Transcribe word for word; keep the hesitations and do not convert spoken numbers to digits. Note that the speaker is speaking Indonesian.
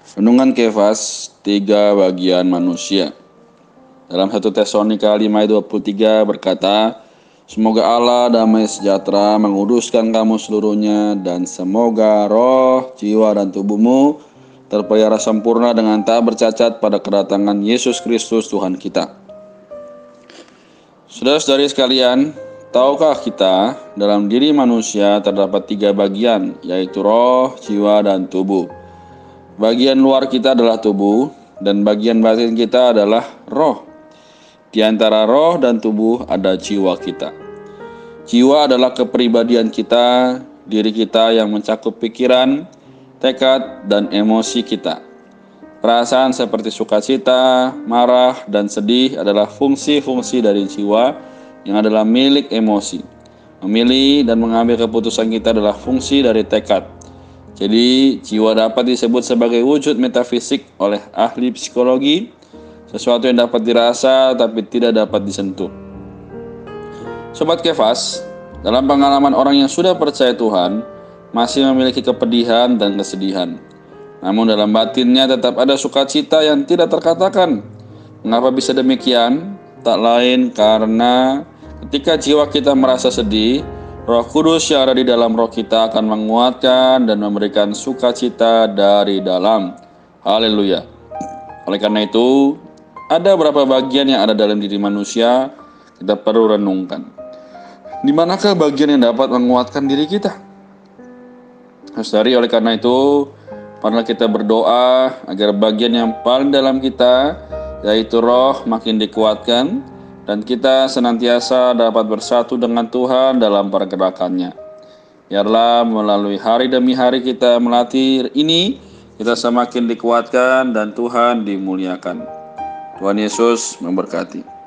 Renungan Kefas, tiga bagian manusia. Dalam satu Tesalonika lima ayat dua puluh tiga berkata, semoga Allah damai sejahtera menguduskan kamu seluruhnya, dan semoga roh, jiwa, dan tubuhmu terpelihara sempurna dengan tak bercacat pada kedatangan Yesus Kristus Tuhan kita. Saudara-saudari sekalian, tahukah kita dalam diri manusia terdapat tiga bagian, yaitu roh, jiwa, dan tubuh. Bagian luar kita adalah tubuh, dan bagian batin kita adalah roh. Di antara roh dan tubuh ada jiwa kita. Jiwa adalah kepribadian kita, diri kita yang mencakup pikiran, tekad, dan emosi kita. Perasaan seperti sukacita, marah, dan sedih adalah fungsi-fungsi dari jiwa yang adalah milik emosi. Memilih dan mengambil keputusan kita adalah fungsi dari tekad. Jadi, jiwa dapat disebut sebagai wujud metafisik oleh ahli psikologi, sesuatu yang dapat dirasa tapi tidak dapat disentuh. Sobat Kefas, dalam pengalaman orang yang sudah percaya Tuhan, masih memiliki kepedihan dan kesedihan. Namun dalam batinnya tetap ada sukacita yang tidak terkatakan. Mengapa bisa demikian? Tak lain karena ketika jiwa kita merasa sedih, Roh Kudus yang ada di dalam roh kita akan menguatkan dan memberikan sukacita dari dalam. Haleluya. Oleh karena itu, ada beberapa bagian yang ada dalam diri manusia kita perlu renungkan. Di manakah bagian yang dapat menguatkan diri kita? Saudari, oleh karena itu, marilah kita berdoa agar bagian yang paling dalam kita, yaitu roh, makin dikuatkan, dan kita senantiasa dapat bersatu dengan Tuhan dalam pergerakannya. Biarlah melalui hari demi hari kita melatih ini, kita semakin dikuatkan dan Tuhan dimuliakan. Tuhan Yesus memberkati.